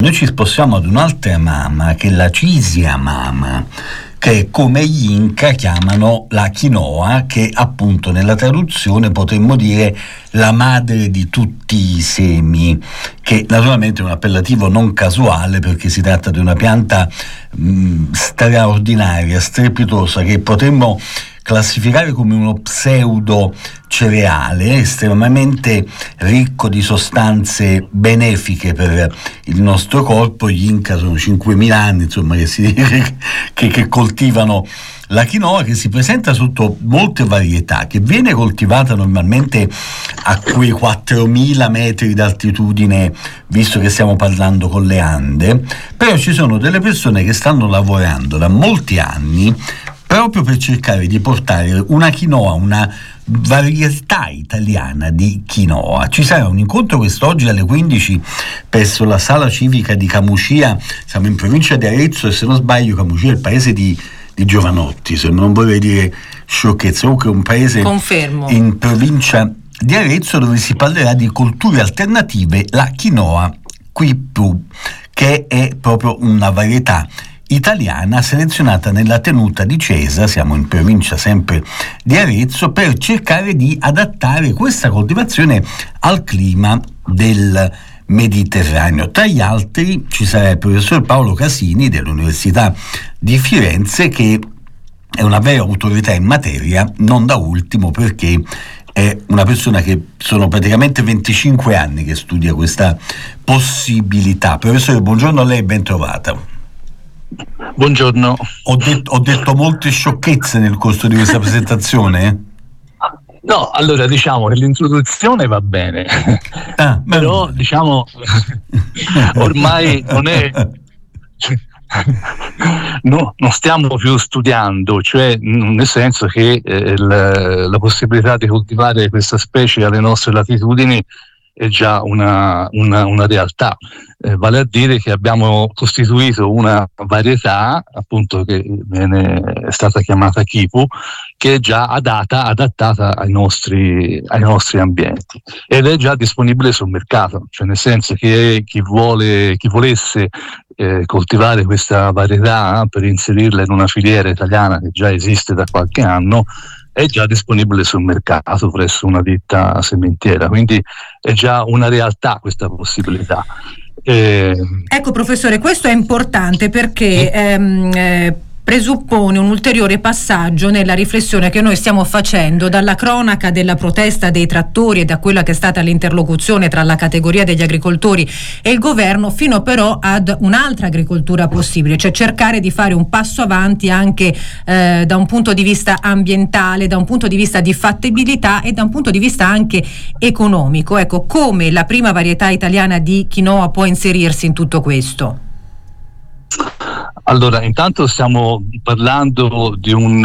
Noi ci spostiamo ad un'altra mama, che è la Cisia mama, che è come gli Inca chiamano la quinoa, che appunto nella traduzione potremmo dire la madre di tutti i semi, che naturalmente è un appellativo non casuale, perché si tratta di una pianta straordinaria, strepitosa, che potremmo classificare come uno pseudo cereale estremamente ricco di sostanze benefiche per il nostro corpo. Gli Inca sono 5.000 anni, insomma, che coltivano la quinoa, che si presenta sotto molte varietà, che viene coltivata normalmente a quei 4.000 metri d'altitudine, visto che stiamo parlando con le Ande, però ci sono delle persone che stanno lavorando da molti anni proprio per cercare di portare una quinoa, una varietà italiana di quinoa. Ci sarà un incontro quest'oggi alle 15 presso la sala civica di Camucia, siamo in provincia di Arezzo e se non sbaglio Camucia è il paese di Giovanotti, se non vorrei dire sciocchezza, comunque è un paese Confermo. In provincia di Arezzo, dove si parlerà di colture alternative, la quinoa Quipu, che è proprio una varietà italiana selezionata nella tenuta di Cesa, siamo in provincia sempre di Arezzo, per cercare di adattare questa coltivazione al clima del Mediterraneo. Tra gli altri ci sarà il professor Paolo Casini dell'Università di Firenze, che è una vera autorità in materia, non da ultimo perché è una persona che sono praticamente 25 anni che studia questa possibilità. Professore, buongiorno a lei e ben trovata. Buongiorno. Ho detto molte sciocchezze nel corso di questa presentazione? No, allora diciamo che l'introduzione va bene, però diciamo ormai non è... No, non stiamo più studiando, cioè nel senso che la possibilità di coltivare questa specie alle nostre latitudini è già una realtà, vale a dire che abbiamo costituito una varietà, appunto, che è stata chiamata Quipu, che è già adattata ai nostri ambienti ed è già disponibile sul mercato, cioè nel senso che chi volesse coltivare questa varietà per inserirla in una filiera italiana che già esiste da qualche anno è già disponibile sul mercato presso una ditta sementiera, quindi è già una realtà questa possibilità. Ecco professore, questo è importante perché presuppone un ulteriore passaggio nella riflessione che noi stiamo facendo dalla cronaca della protesta dei trattori e da quella che è stata l'interlocuzione tra la categoria degli agricoltori e il governo, fino però ad un'altra agricoltura possibile, cioè cercare di fare un passo avanti anche da un punto di vista ambientale, da un punto di vista di fattibilità e da un punto di vista anche economico. Ecco, come la prima varietà italiana di quinoa può inserirsi in tutto questo? Allora, intanto stiamo parlando di un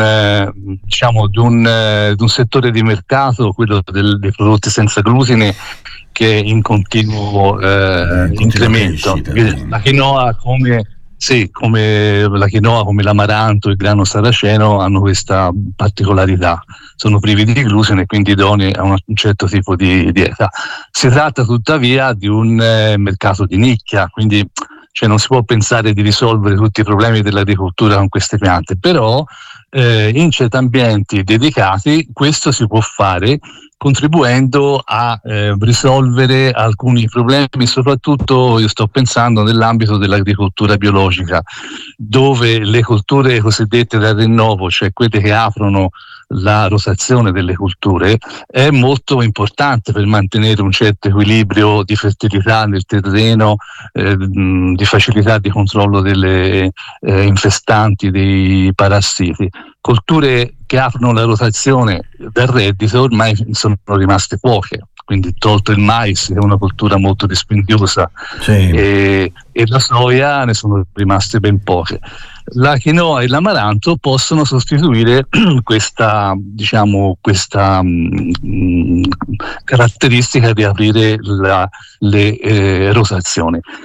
settore di mercato, quello dei prodotti senza glutine, che è in continuo incremento. La quinoa come la quinoa, come l'amaranto, il grano saraceno hanno questa particolarità, sono privi di glutine e quindi idonei a un certo tipo di dieta. Si tratta tuttavia di un mercato di nicchia, quindi non si può pensare di risolvere tutti i problemi dell'agricoltura con queste piante, però in certi ambienti dedicati questo si può fare contribuendo a risolvere alcuni problemi, soprattutto io sto pensando nell'ambito dell'agricoltura biologica, dove le colture cosiddette da rinnovo, cioè quelle che aprono la rotazione delle culture, è molto importante per mantenere un certo equilibrio di fertilità nel terreno, di facilità di controllo delle infestanti, dei parassiti. Colture che aprono la rotazione del reddito ormai sono rimaste poche, quindi tolto il mais, che è una coltura molto dispendiosa, e la soia ne sono rimaste ben poche. La quinoa e l'amaranto possono sostituire questa caratteristica di aprire le rotazioni.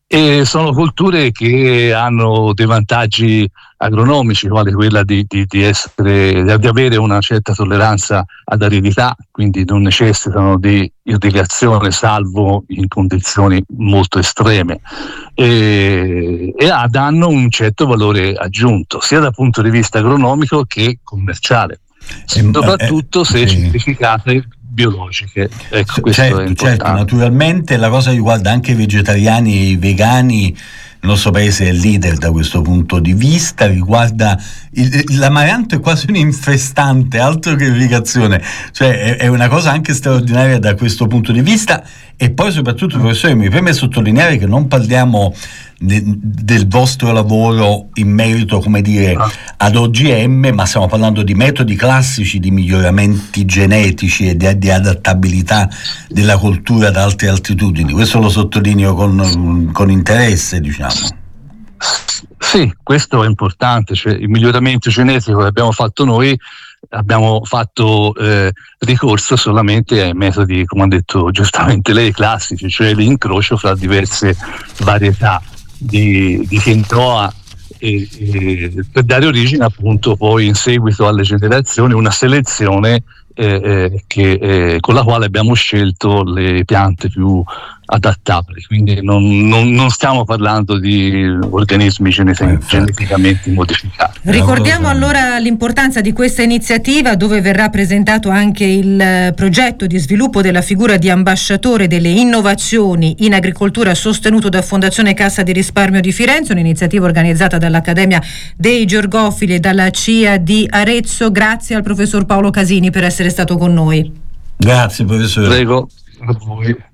E sono colture che hanno dei vantaggi agronomici, quale quella di avere una certa tolleranza ad aridità, quindi non necessitano di irrigazione salvo in condizioni molto estreme, e hanno un certo valore aggiunto sia dal punto di vista agronomico che commerciale, soprattutto se certificate biologiche. Ecco, questo è importante. Certo, naturalmente la cosa riguarda anche i vegetariani e i vegani. Il nostro paese è leader da questo punto di vista, riguarda l'amaranto è quasi un infestante, altro che irrigazione, cioè è una cosa anche straordinaria da questo punto di vista. E poi soprattutto, professore, mi preme sottolineare che non parliamo del vostro lavoro in merito, come dire, ad OGM, ma stiamo parlando di metodi classici di miglioramenti genetici e di adattabilità della coltura ad alte altitudini. Questo lo sottolineo con interesse, diciamo. Sì, questo è importante, cioè il miglioramento genetico che abbiamo fatto noi, abbiamo fatto ricorso solamente ai metodi, come ha detto giustamente lei, classici, cioè l'incrocio fra diverse varietà di quinoa per dare origine appunto poi in seguito alle generazioni una selezione con la quale abbiamo scelto le piante più adattabili, quindi non stiamo parlando di organismi geneticamente modificati. Ricordiamo allora l'importanza di questa iniziativa, dove verrà presentato anche il progetto di sviluppo della figura di ambasciatore delle innovazioni in agricoltura sostenuto da Fondazione Cassa di Risparmio di Firenze, un'iniziativa organizzata dall'Accademia dei Georgofili e dalla CIA di Arezzo. Grazie al professor Paolo Casini per essere stato con noi. Grazie professore. Prego, a voi.